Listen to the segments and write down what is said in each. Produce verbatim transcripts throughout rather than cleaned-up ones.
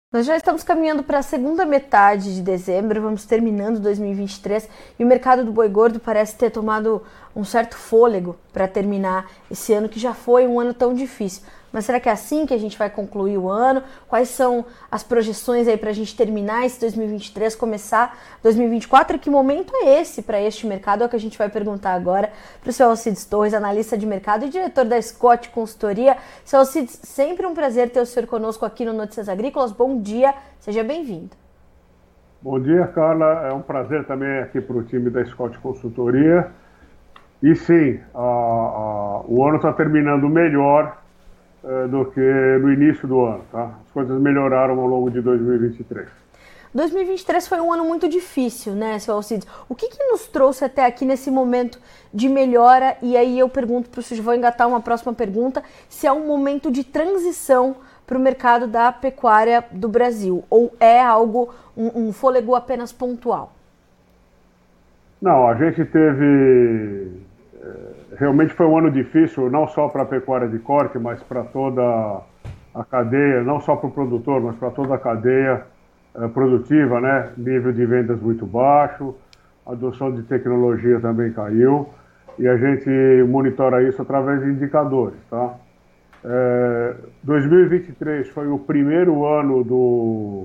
Nós já estamos caminhando para a segunda metade de dezembro, vamos terminando dois mil e vinte e três e o mercado do boi gordo parece ter tomado um certo fôlego para terminar esse ano que já foi um ano tão difícil. Mas será que é assim que a gente vai concluir o ano? Quais são as projeções aí para a gente terminar esse dois mil e vinte e três, começar dois mil e vinte e quatro? E que momento é esse para este mercado? É o que a gente vai perguntar agora para o seu Alcides Torres, analista de mercado e diretor da Scott Consultoria. Seu Alcides, sempre um prazer ter o senhor conosco aqui no Notícias Agrícolas. Bom dia, seja bem-vindo. Bom dia, Carla. É um prazer também aqui para o time da Scott Consultoria. E sim, a, a, o ano está terminando melhor é, do que no início do ano, tá? As coisas melhoraram ao longo de dois mil e vinte e três. dois mil e vinte e três foi um ano muito difícil, né, seu Alcides? O que, que nos trouxe até aqui nesse momento de melhora? E aí eu pergunto para o senhor, vou engatar uma próxima pergunta, se é um momento de transição para o mercado da pecuária do Brasil, ou é algo, um, um fôlego apenas pontual? Não, a gente teve... Realmente foi um ano difícil, não só para a pecuária de corte, mas para toda a cadeia, não só para o produtor, mas para toda a cadeia eh, produtiva, né? Nível de vendas muito baixo, a adoção de tecnologia também caiu, e a gente monitora isso através de indicadores, tá? Eh, dois mil e vinte e três foi o primeiro ano do,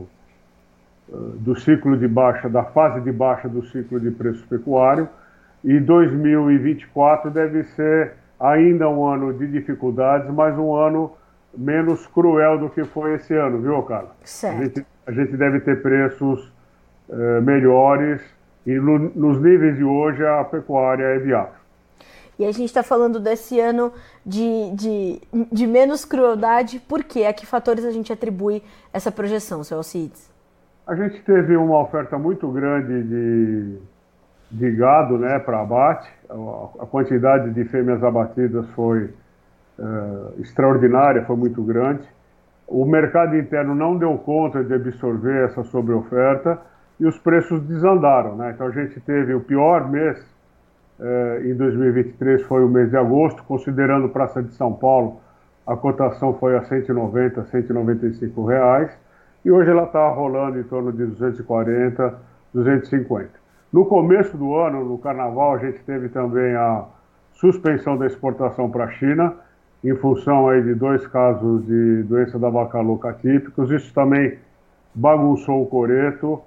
do ciclo de baixa, da fase de baixa do ciclo de preço pecuário, e dois mil e vinte e quatro deve ser ainda um ano de dificuldades, mas um ano menos cruel do que foi esse ano, viu, Carla? Certo. A gente, a gente deve ter preços eh, melhores e no, nos níveis de hoje a pecuária é viável. E a gente está falando desse ano de, de, de menos crueldade, por quê? A que fatores a gente atribui essa projeção, seu Alcides? A gente teve uma oferta muito grande de... de gado, né, para abate. A quantidade de fêmeas abatidas foi uh, extraordinária, foi muito grande. O mercado interno não deu conta de absorver essa sobreoferta e os preços desandaram, né? Então a gente teve o pior mês uh, em dois mil e vinte e três, foi o mês de agosto, considerando Praça de São Paulo, a cotação foi a cento e noventa, cento e noventa e cinco reais, e hoje ela está rolando em torno de duzentos e quarenta, duzentos e cinquenta. No começo do ano, no Carnaval, a gente teve também a suspensão da exportação para a China, em função aí de dois casos de doença da vaca louca atípicos. Isso também bagunçou o coreto.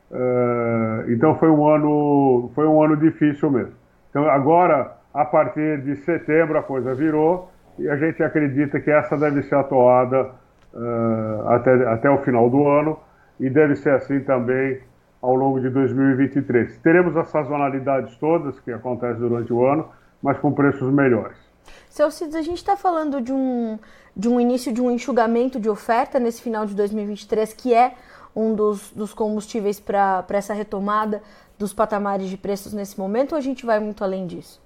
Então foi um ano, foi um ano difícil mesmo. Então agora, a partir de setembro, a coisa virou e a gente acredita que essa deve ser a toada uh, até, até o final do ano e deve ser assim também ao longo de dois mil e vinte e três. Teremos as sazonalidades todas que acontecem durante o ano, mas com preços melhores. Seu Alcides, a gente está falando de um, de um início de um enxugamento de oferta nesse final de dois mil e vinte e três, que é um dos, dos combustíveis para essa retomada dos patamares de preços nesse momento, ou a gente vai muito além disso?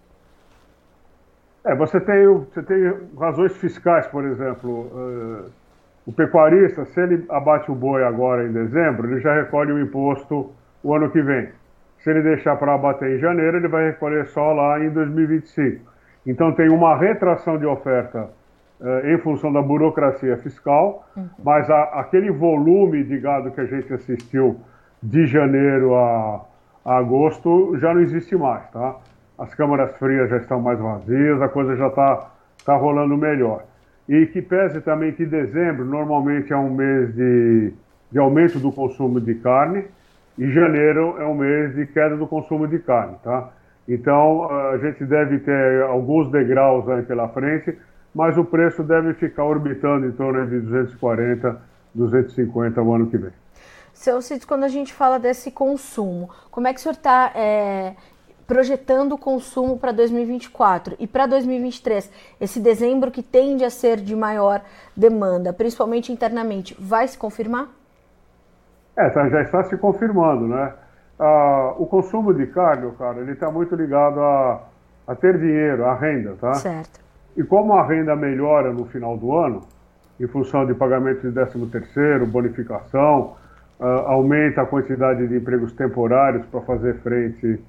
É, você tem, você tem razões fiscais, por exemplo. Uh, O pecuarista, se ele abate o boi agora em dezembro, ele já recolhe o imposto o ano que vem. Se ele deixar para abater em janeiro, ele vai recolher só lá em dois mil e vinte e cinco. Então tem uma retração de oferta eh, em função da burocracia fiscal, uhum. mas a, aquele volume de gado que a gente assistiu de janeiro a, a agosto já não existe mais, tá? As câmaras frias já estão mais vazias, a coisa já está tá rolando melhor. E que pese também que dezembro normalmente é um mês de, de aumento do consumo de carne e janeiro é um mês de queda do consumo de carne, tá? Então a gente deve ter alguns degraus aí pela frente, mas o preço deve ficar orbitando em torno de duzentos e quarenta, duzentos e cinquenta o ano que vem. Seu Alcides, quando a gente fala desse consumo, como é que o senhor está... É... projetando o consumo para dois mil e vinte e quatro e para dois mil e vinte e três, esse dezembro que tende a ser de maior demanda, principalmente internamente, vai se confirmar? É, tá, já está se confirmando, né? Ah, o consumo de carne, cara, ele está muito ligado a, a ter dinheiro, a renda, tá? Certo. E como a renda melhora no final do ano, em função de pagamento de décimo terceiro, bonificação, ah, aumenta a quantidade de empregos temporários para fazer frente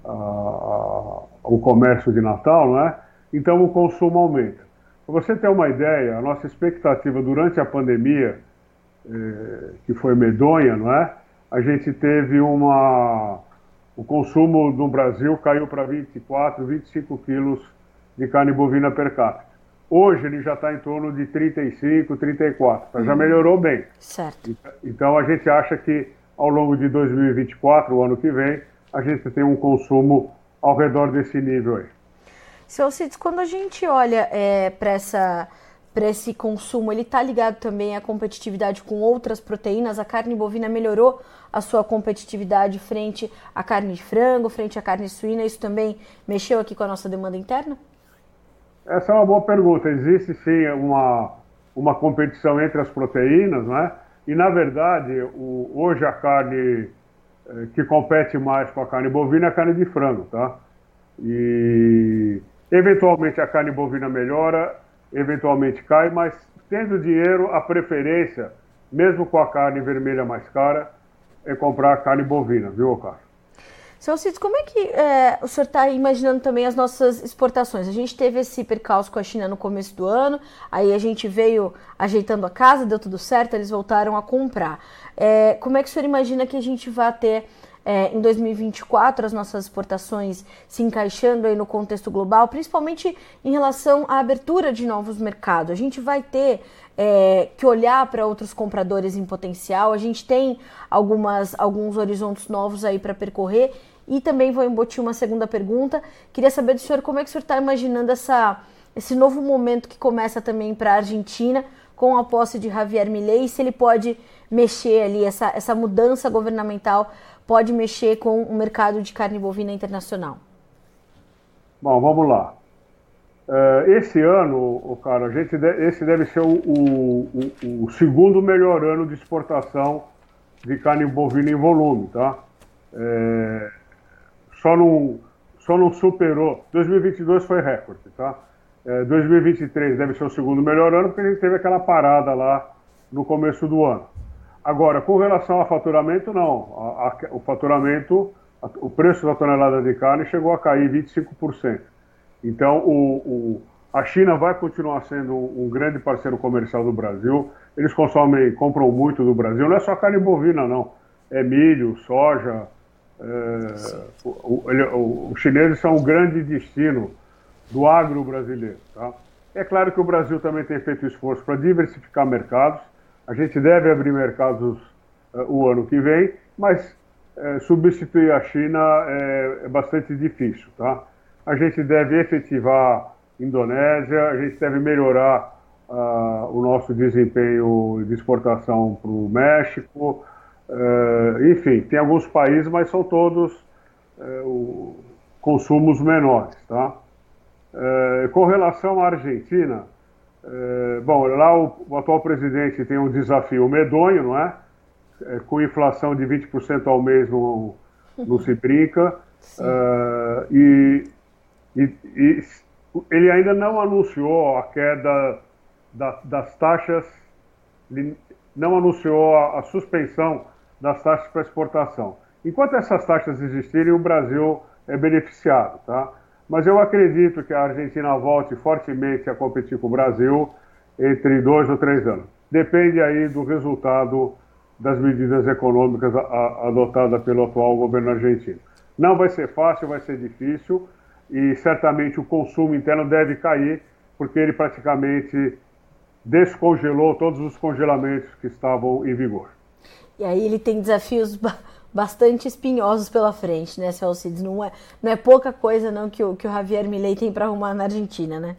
o comércio de Natal, né? Então o consumo aumenta. Para você ter uma ideia, a nossa expectativa durante a pandemia eh, que foi medonha, não é? A gente teve uma... O consumo no Brasil caiu para vinte e quatro, vinte e cinco quilos de carne bovina per capita. Hoje ele já está em torno de trinta e cinco, trinta e quatro, então já melhorou bem. Certo. Então a gente acha que ao longo de dois mil e vinte e quatro, o ano que vem, a gente tem um consumo ao redor desse nível aí. Seu Alcides, quando a gente olha é, para essa... para esse consumo, ele está ligado também à competitividade com outras proteínas? A carne bovina melhorou a sua competitividade frente à carne de frango, frente à carne suína? Isso também mexeu aqui com a nossa demanda interna? Essa é uma boa pergunta. Existe sim uma, uma competição entre as proteínas, né? E na verdade, o, hoje a carne eh, que compete mais com a carne bovina é a carne de frango, tá? E eventualmente a carne bovina melhora, eventualmente cai, mas tendo dinheiro, a preferência, mesmo com a carne vermelha mais cara, é comprar a carne bovina, viu, Cássio? Seu Alcides, como é que é, o senhor está imaginando também as nossas exportações? A gente teve esse percalço com a China no começo do ano, aí a gente veio ajeitando a casa, deu tudo certo, eles voltaram a comprar. É, como é que o senhor imagina que a gente vai ter É, em dois mil e vinte e quatro, as nossas exportações se encaixando aí no contexto global, principalmente em relação à abertura de novos mercados? A gente vai ter é, que olhar para outros compradores em potencial, a gente tem algumas, alguns horizontes novos aí para percorrer. E também vou embutir uma segunda pergunta, queria saber do senhor como é que o senhor está imaginando essa, esse novo momento que começa também para a Argentina, com a posse de Javier Milei, se ele pode mexer ali, essa, essa mudança governamental pode mexer com o mercado de carne bovina internacional? Bom, vamos lá. Uh, esse ano, cara, a gente de, esse deve ser o, o, o, o segundo melhor ano de exportação de carne bovina em volume, tá? É, só, não, só não superou. dois mil e vinte e dois foi recorde, tá? É, dois mil e vinte e três deve ser o segundo melhor ano, porque a gente teve aquela parada lá no começo do ano. Agora, com relação ao faturamento, não. A, a, o faturamento, a, o preço da tonelada de carne chegou a cair vinte e cinco por cento. Então, o, o, a China vai continuar sendo um, um grande parceiro comercial do Brasil. Eles consomem, compram muito do Brasil. Não é só carne bovina, não. É milho, soja. É, o, ele, o, os chineses são um grande destino do agro brasileiro, tá? É claro que o Brasil também tem feito esforço para diversificar mercados. A gente deve abrir mercados uh, o ano que vem, mas uh, substituir a China é, é bastante difícil, tá? A gente deve efetivar Indonésia, a gente deve melhorar uh, o nosso desempenho de exportação para o México, uh, enfim, tem alguns países, mas são todos uh, consumos menores, tá? Uh, com relação à Argentina, É, bom, lá o, o atual presidente tem um desafio medonho, não é? É, com inflação de vinte por cento ao mês não, não se brinca. Uh, e, e, e ele ainda não anunciou a queda da, das taxas, ele não anunciou a, a suspensão das taxas para exportação. Enquanto essas taxas existirem, o Brasil é beneficiado, tá? Mas eu acredito que a Argentina volte fortemente a competir com o Brasil entre dois ou três anos. Depende aí do resultado das medidas econômicas a, a, adotadas pelo atual governo argentino. Não vai ser fácil, vai ser difícil e certamente o consumo interno deve cair, porque ele praticamente descongelou todos os congelamentos que estavam em vigor. E aí ele tem desafios bastante espinhosos pela frente, né, seu Alcides? Não é, não é pouca coisa não que o, que o Javier Milei tem para arrumar na Argentina, né?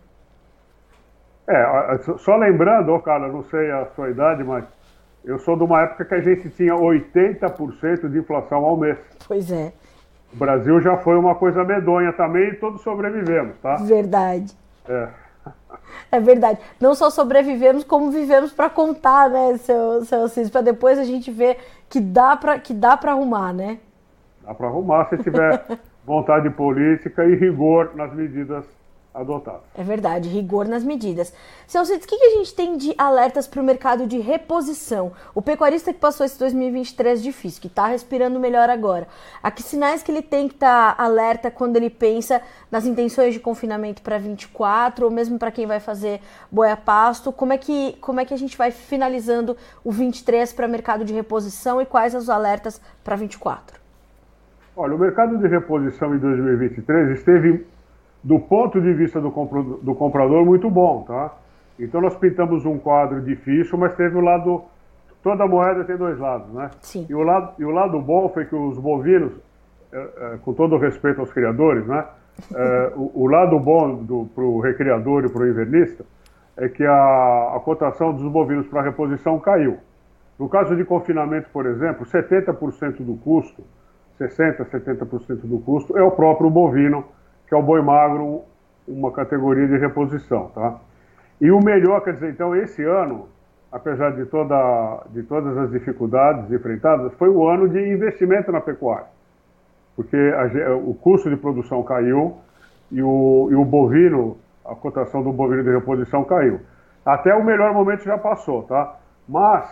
É, só lembrando, cara, não sei a sua idade, mas eu sou de uma época que a gente tinha oitenta por cento de inflação ao mês. Pois é. O Brasil já foi uma coisa medonha também e todos sobrevivemos, tá? Verdade. É. É verdade. Não só sobrevivemos, como vivemos para contar, né, seu, seu Alcides? Para depois a gente ver que dá para que dá para arrumar, né? Dá para arrumar se tiver vontade política e rigor nas medidas adotadas. É verdade, rigor nas medidas. Seu Alcides, o que, que a gente tem de alertas para o mercado de reposição? O pecuarista que passou esse dois mil e vinte e três difícil, que está respirando melhor agora, a que sinais que ele tem que estar tá alerta quando ele pensa nas intenções de confinamento para vinte e quatro, ou mesmo para quem vai fazer boi a pasto? Como é que, como é que a gente vai finalizando o vinte e três para mercado de reposição e quais os alertas para vinte e quatro? Olha, o mercado de reposição em dois mil e vinte e três esteve, do ponto de vista do, compro, do comprador, muito bom, tá? Então nós pintamos um quadro difícil, mas teve o lado, toda moeda tem dois lados, né? Sim. E o lado, e o lado bom foi que os bovinos, é, é, com todo o respeito aos criadores, né? É, o, o lado bom para o recriador e para o invernista é que a, a cotação dos bovinos para reposição caiu. No caso de confinamento, por exemplo, setenta por cento do custo, sessenta por cento, setenta por cento do custo é o próprio bovino, que é o boi magro, uma categoria de reposição, tá? E o melhor, quer dizer, então, esse ano, apesar de, toda, de todas as dificuldades enfrentadas, foi o ano de investimento na pecuária, porque a, o custo de produção caiu e o, e o bovino, a cotação do bovino de reposição caiu. Até o melhor momento já passou, tá? Mas,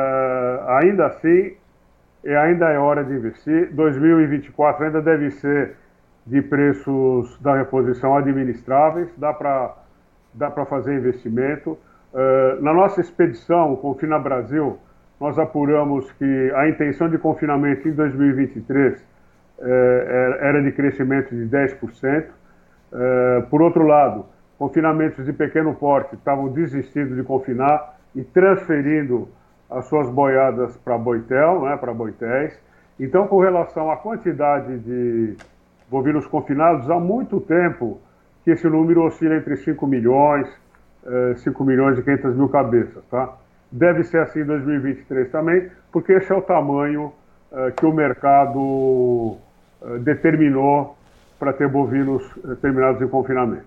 uh, ainda assim, ainda é hora de investir. dois mil e vinte e quatro ainda deve ser de preços da reposição administráveis, dá para dá para fazer investimento. Uh, na nossa expedição, o Confina Brasil, nós apuramos que a intenção de confinamento em dois mil e vinte e três uh, era de crescimento de dez por cento. Uh, por outro lado, confinamentos de pequeno porte estavam desistindo de confinar e transferindo as suas boiadas para Boitel, né, para Boitéis. Então, com relação à quantidade de bovinos confinados, há muito tempo que esse número oscila entre cinco milhões, cinco milhões e quinhentas mil cabeças, tá? Deve ser assim em dois mil e vinte e três também, porque esse é o tamanho uh, que o mercado uh, determinou para ter bovinos uh, terminados em confinamento.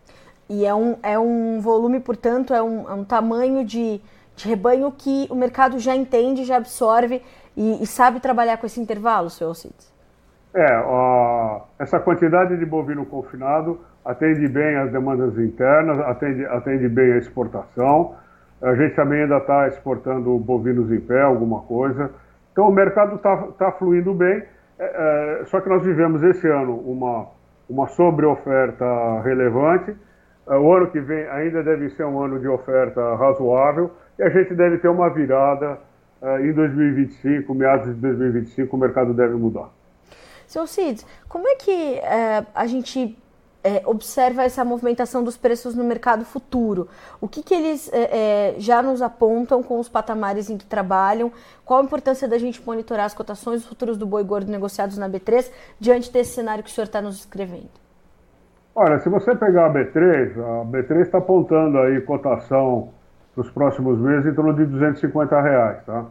E é um, é um volume, portanto, é um, é um tamanho de, de rebanho que o mercado já entende, já absorve e, e sabe trabalhar com esse intervalo, senhor Alcides? É, ó, essa quantidade de bovino confinado atende bem as demandas internas, atende, atende bem a exportação. A gente também ainda está exportando bovinos em pé, alguma coisa. Então o mercado está tá fluindo bem, é, é, só que nós vivemos esse ano uma, uma sobreoferta relevante. É, o ano que vem ainda deve ser um ano de oferta razoável e a gente deve ter uma virada é, em dois mil e vinte e cinco, meados de dois mil e vinte e cinco, o mercado deve mudar. Senhor Alcides, como é que é, a gente é, observa essa movimentação dos preços no mercado futuro? O que, que eles é, é, já nos apontam com os patamares em que trabalham? Qual a importância da gente monitorar as cotações futuras do boi gordo negociados na B três diante desse cenário que o senhor está nos escrevendo? Olha, se você pegar a B três, a B três está apontando aí cotação para os próximos meses em torno de duzentos e cinquenta reais, tá?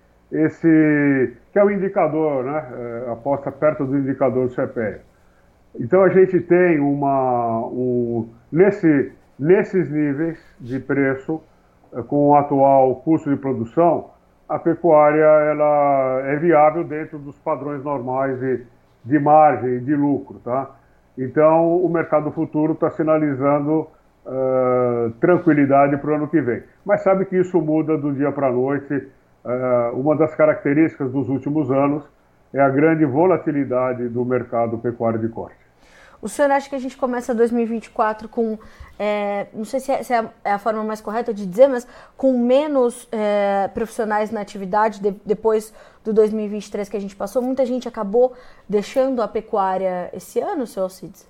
Esse que é o indicador, né? É, aposta perto do indicador do C P E A. Então a gente tem uma, um, nesse, nesses níveis de preço, é, com o atual custo de produção, a pecuária ela é viável dentro dos padrões normais de, de margem e de lucro, tá? Então o mercado futuro está sinalizando uh, tranquilidade para o ano que vem. Mas sabe que isso muda do dia para a noite. Uh, uma das características dos últimos anos é a grande volatilidade do mercado pecuário de corte. O senhor acha que a gente começa dois mil e vinte e quatro com, é, não sei se é, se é a forma mais correta de dizer, mas com menos é, profissionais na atividade de, depois do dois mil e vinte e três que a gente passou? Muita gente acabou deixando a pecuária esse ano, senhor Alcides?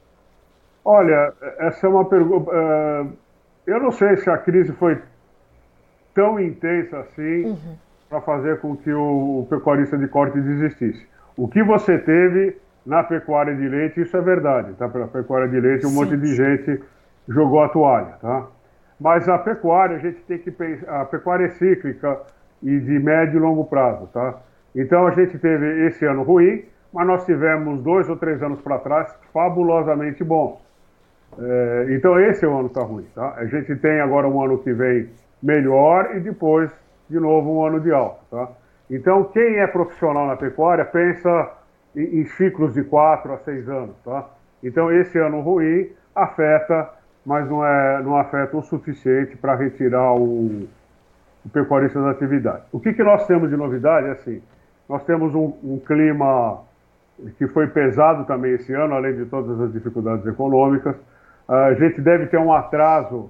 Olha, essa é uma pergunta... Uh, eu não sei se a crise foi tão intensa assim, uhum, para fazer com que o, o pecuarista de corte desistisse. O que você teve na pecuária de leite, isso é verdade, tá? Pela pecuária de leite, um Sim. monte de gente jogou a toalha, tá? Mas a pecuária, a gente tem que pensar, a pecuária é cíclica e de médio e longo prazo, tá? Então a gente teve esse ano ruim, mas nós tivemos dois ou três anos para trás fabulosamente bons. É, então esse é o ano que está ruim, tá? A gente tem agora um ano que vem melhor e depois, de novo, um ano de alta, tá? Então, quem é profissional na pecuária pensa em, em ciclos de quatro a seis anos, tá? Então, esse ano ruim, afeta, mas não, é, não afeta o suficiente para retirar o, o pecuarista da atividade. O que, que nós temos de novidade? É assim, nós temos um, um clima que foi pesado também esse ano, além de todas as dificuldades econômicas. A gente deve ter um atraso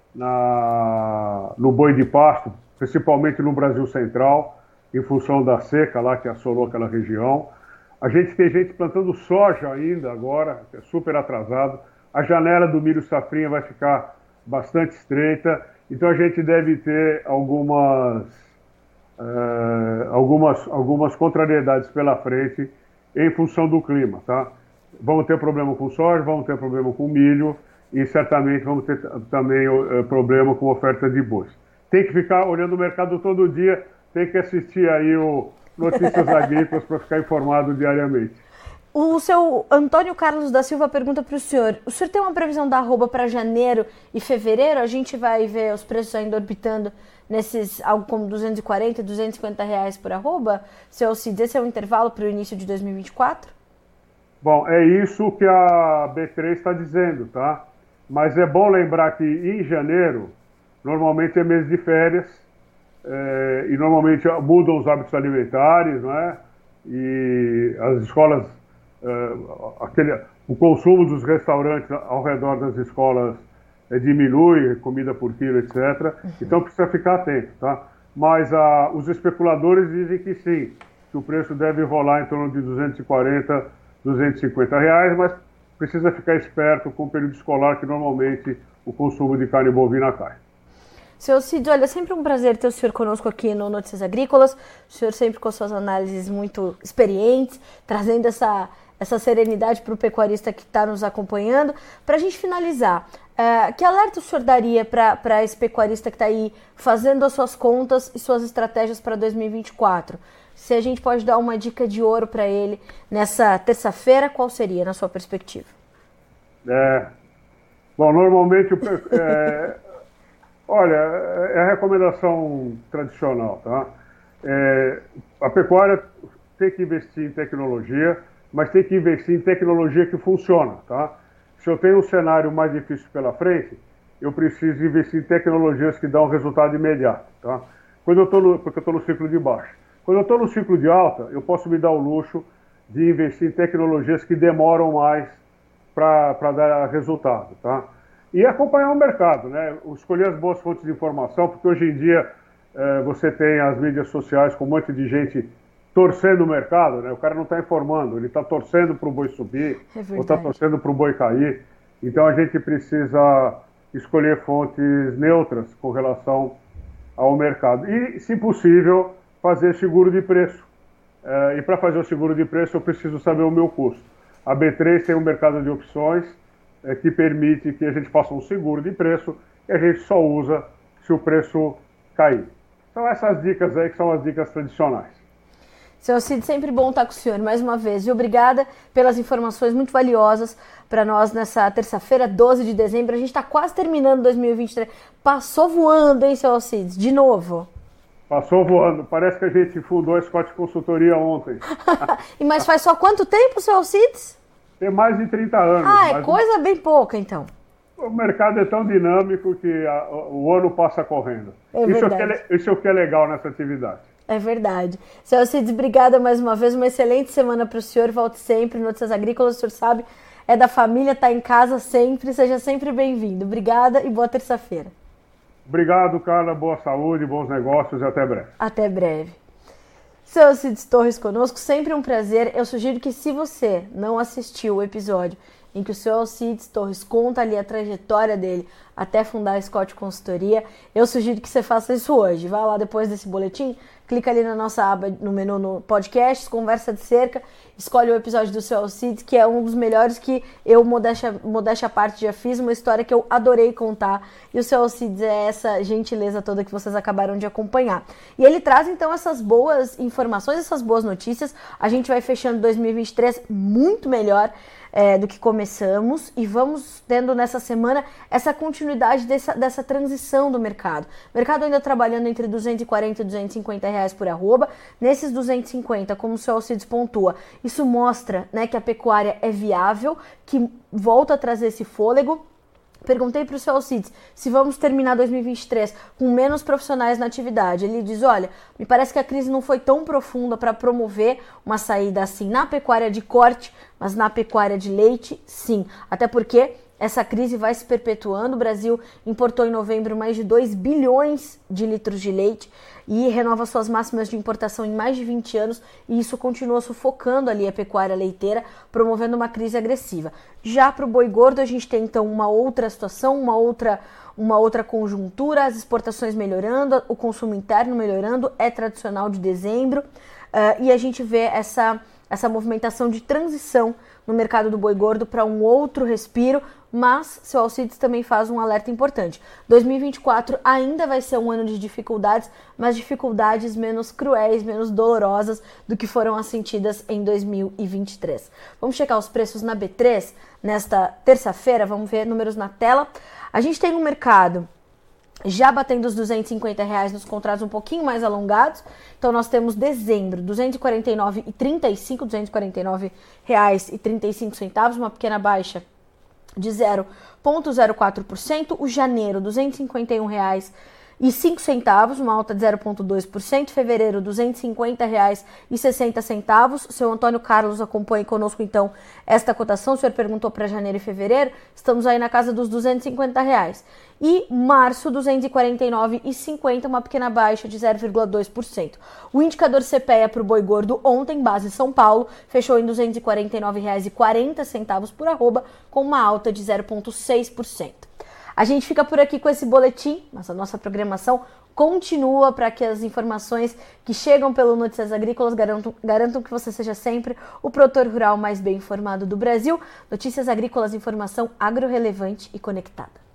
na, no boi de pasto, principalmente no Brasil Central, em função da seca lá que assolou aquela região. A gente tem gente plantando soja ainda agora, é super atrasado. A janela do milho safrinha vai ficar bastante estreita, então a gente deve ter algumas, uh, algumas, algumas contrariedades pela frente em função do clima, tá? Vamos ter problema com soja, vamos ter problema com milho e certamente vamos ter também uh, problema com oferta de bois. Tem que ficar olhando o mercado todo dia, tem que assistir aí o Notícias Agrícolas para ficar informado diariamente. O seu Antônio Carlos da Silva pergunta para o senhor, o senhor tem uma previsão da arroba para janeiro e fevereiro? A gente vai ver os preços ainda orbitando nesses algo como duzentos e quarenta, duzentos e cinquenta reais por arroba? Seu Alcides, esse é o intervalo para o início de dois mil e vinte e quatro? Bom, é isso que a B três está dizendo, tá? Mas é bom lembrar que em janeiro, normalmente é mês de férias, é, e normalmente mudam os hábitos alimentares, não é? E as escolas, é, aquele, o consumo dos restaurantes ao redor das escolas é, diminui, comida por quilo, etcétera. Uhum. Então precisa ficar atento, tá? Mas a, os especuladores dizem que sim, que o preço deve rolar em torno de duzentos e quarenta, duzentos e cinquenta reais, mas precisa ficar esperto com o período escolar, que normalmente o consumo de carne bovina cai. Seu Cid, olha, é sempre um prazer ter o senhor conosco aqui no Notícias Agrícolas, o senhor sempre com suas análises muito experientes, trazendo essa, essa serenidade para o pecuarista que está nos acompanhando. Para a gente finalizar, uh, que alerta o senhor daria para esse pecuarista que está aí fazendo as suas contas e suas estratégias para dois mil e vinte e quatro? Se a gente pode dar uma dica de ouro para ele nessa terça-feira, qual seria, na sua perspectiva? É, bom, normalmente, é, olha, é a recomendação tradicional, tá? É, a pecuária tem que investir em tecnologia, mas tem que investir em tecnologia que funciona, tá? Se eu tenho um cenário mais difícil pela frente, eu preciso investir em tecnologias que dão resultado imediato, tá? Quando eu estou no, porque eu estou no ciclo de baixa. Quando eu estou no ciclo de alta, eu posso me dar o luxo de investir em tecnologias que demoram mais para dar resultado, tá? E acompanhar o mercado, né? Escolher as boas fontes de informação, porque hoje em dia eh, você tem as mídias sociais com um monte de gente torcendo o mercado, né? O cara não está informando, ele está torcendo para o boi subir, é ou está torcendo para o boi cair. Então a gente precisa escolher fontes neutras com relação ao mercado. E, se possível, fazer seguro de preço. Uh, e para fazer o seguro de preço eu preciso saber o meu custo. A B três tem um mercado de opções uh, que permite que a gente faça um seguro de preço e a gente só usa se o preço cair. Então essas dicas aí que são as dicas tradicionais. Seu Cid, sempre bom estar com o senhor mais uma vez. E obrigada pelas informações muito valiosas para nós nessa terça-feira, doze de dezembro. A gente está quase terminando dois mil e vinte e três. Passou voando, hein, seu Alcides? De novo. Passou voando. Parece que a gente fundou a Scott Consultoria ontem. E mas faz só quanto tempo, seu Alcides? Tem mais de trinta anos. Ah, é coisa bem pouca, então. O mercado é tão dinâmico que a, o ano passa correndo. É isso, verdade. é que é, isso é o que é legal nessa atividade. É verdade. Seu Alcides, obrigada mais uma vez. Uma excelente semana para o senhor. Volte sempre. Notícias Agrícolas, o senhor sabe, é da família, está em casa sempre. Seja sempre bem-vindo. Obrigada e boa terça-feira. Obrigado, Carla. Boa saúde, bons negócios e até breve. Até breve. Seu Alcides Torres conosco, sempre um prazer. Eu sugiro que, se você não assistiu o episódio em que o seu Alcides Torres conta ali a trajetória dele até fundar a Scott Consultoria, eu sugiro que você faça isso hoje. Vai lá depois desse boletim, clica ali na nossa aba no menu no podcast, Conversa de Cerca, escolhe o episódio do seu Alcides, que é um dos melhores que eu, modéstia, modéstia à parte, já fiz, uma história que eu adorei contar, e o seu Alcides é essa gentileza toda que vocês acabaram de acompanhar. E ele traz então essas boas informações, essas boas notícias. A gente vai fechando dois mil e vinte e três muito melhor. é, do que começamos e vamos tendo nessa semana essa continuidade dessa, dessa transição do mercado. O mercado ainda trabalhando entre duzentos e quarenta e duzentos e cinquenta reais por arroba. Nesses duzentos e cinquenta, como o seu Alcides pontua, isso mostra, né, que a pecuária é viável, que volta a trazer esse fôlego. Perguntei para o seu Alcides se vamos terminar dois mil e vinte e três com menos profissionais na atividade. Ele diz, olha, me parece que a crise não foi tão profunda para promover uma saída assim na pecuária de corte, mas na pecuária de leite, sim. Até porque essa crise vai se perpetuando. O Brasil importou em novembro mais de dois bilhões de litros de leite e renova suas máximas de importação em mais de vinte anos, e isso continua sufocando ali a pecuária leiteira, promovendo uma crise agressiva. Já para o boi gordo, a gente tem então uma outra situação, uma outra, uma outra conjuntura, as exportações melhorando, o consumo interno melhorando, é tradicional de dezembro, uh, e a gente vê essa, essa movimentação de transição no mercado do boi gordo para um outro respiro, mas seu Alcides também faz um alerta importante. dois mil e vinte e quatro ainda vai ser um ano de dificuldades, mas dificuldades menos cruéis, menos dolorosas do que foram as sentidas em dois mil e vinte e três. Vamos checar os preços na B três nesta terça-feira, vamos ver números na tela. A gente tem um mercado já batendo os duzentos e cinquenta reais nos contratos um pouquinho mais alongados. Então nós temos dezembro, duzentos e quarenta e nove reais e trinta e cinco, duzentos e quarenta e nove reais e trinta e cinco centavos, uma pequena baixa de zero vírgula zero quatro por cento. O janeiro, duzentos e cinquenta e um reais e cinco centavos, uma alta de zero vírgula dois por cento. Fevereiro, duzentos e cinquenta reais e sessenta centavos. O seu Antônio Carlos acompanha conosco então esta cotação. O senhor perguntou para janeiro e fevereiro, estamos aí na casa dos duzentos e cinquenta reais. E março, duzentos e quarenta e nove reais e cinquenta centavos, uma pequena baixa de zero vírgula dois por cento. O indicador C P E A para o boi gordo ontem, base São Paulo, fechou em duzentos e quarenta e nove reais e quarenta centavos por arroba, com uma alta de zero vírgula seis por cento. A gente fica por aqui com esse boletim, mas a nossa programação continua para que as informações que chegam pelo Notícias Agrícolas garantam, garantam que você seja sempre o produtor rural mais bem informado do Brasil. Notícias Agrícolas, informação agro-relevante e conectada.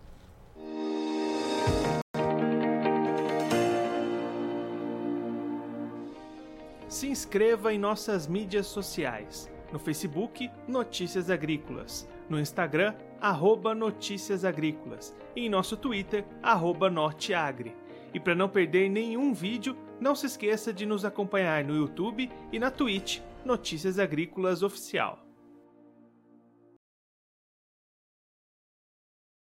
Se inscreva em nossas mídias sociais. No Facebook, Notícias Agrícolas. No Instagram, arroba Notícias Agrícolas. E em nosso Twitter, arroba Norteagri. E para não perder nenhum vídeo, não se esqueça de nos acompanhar no YouTube e na Twitch, Notícias Agrícolas Oficial.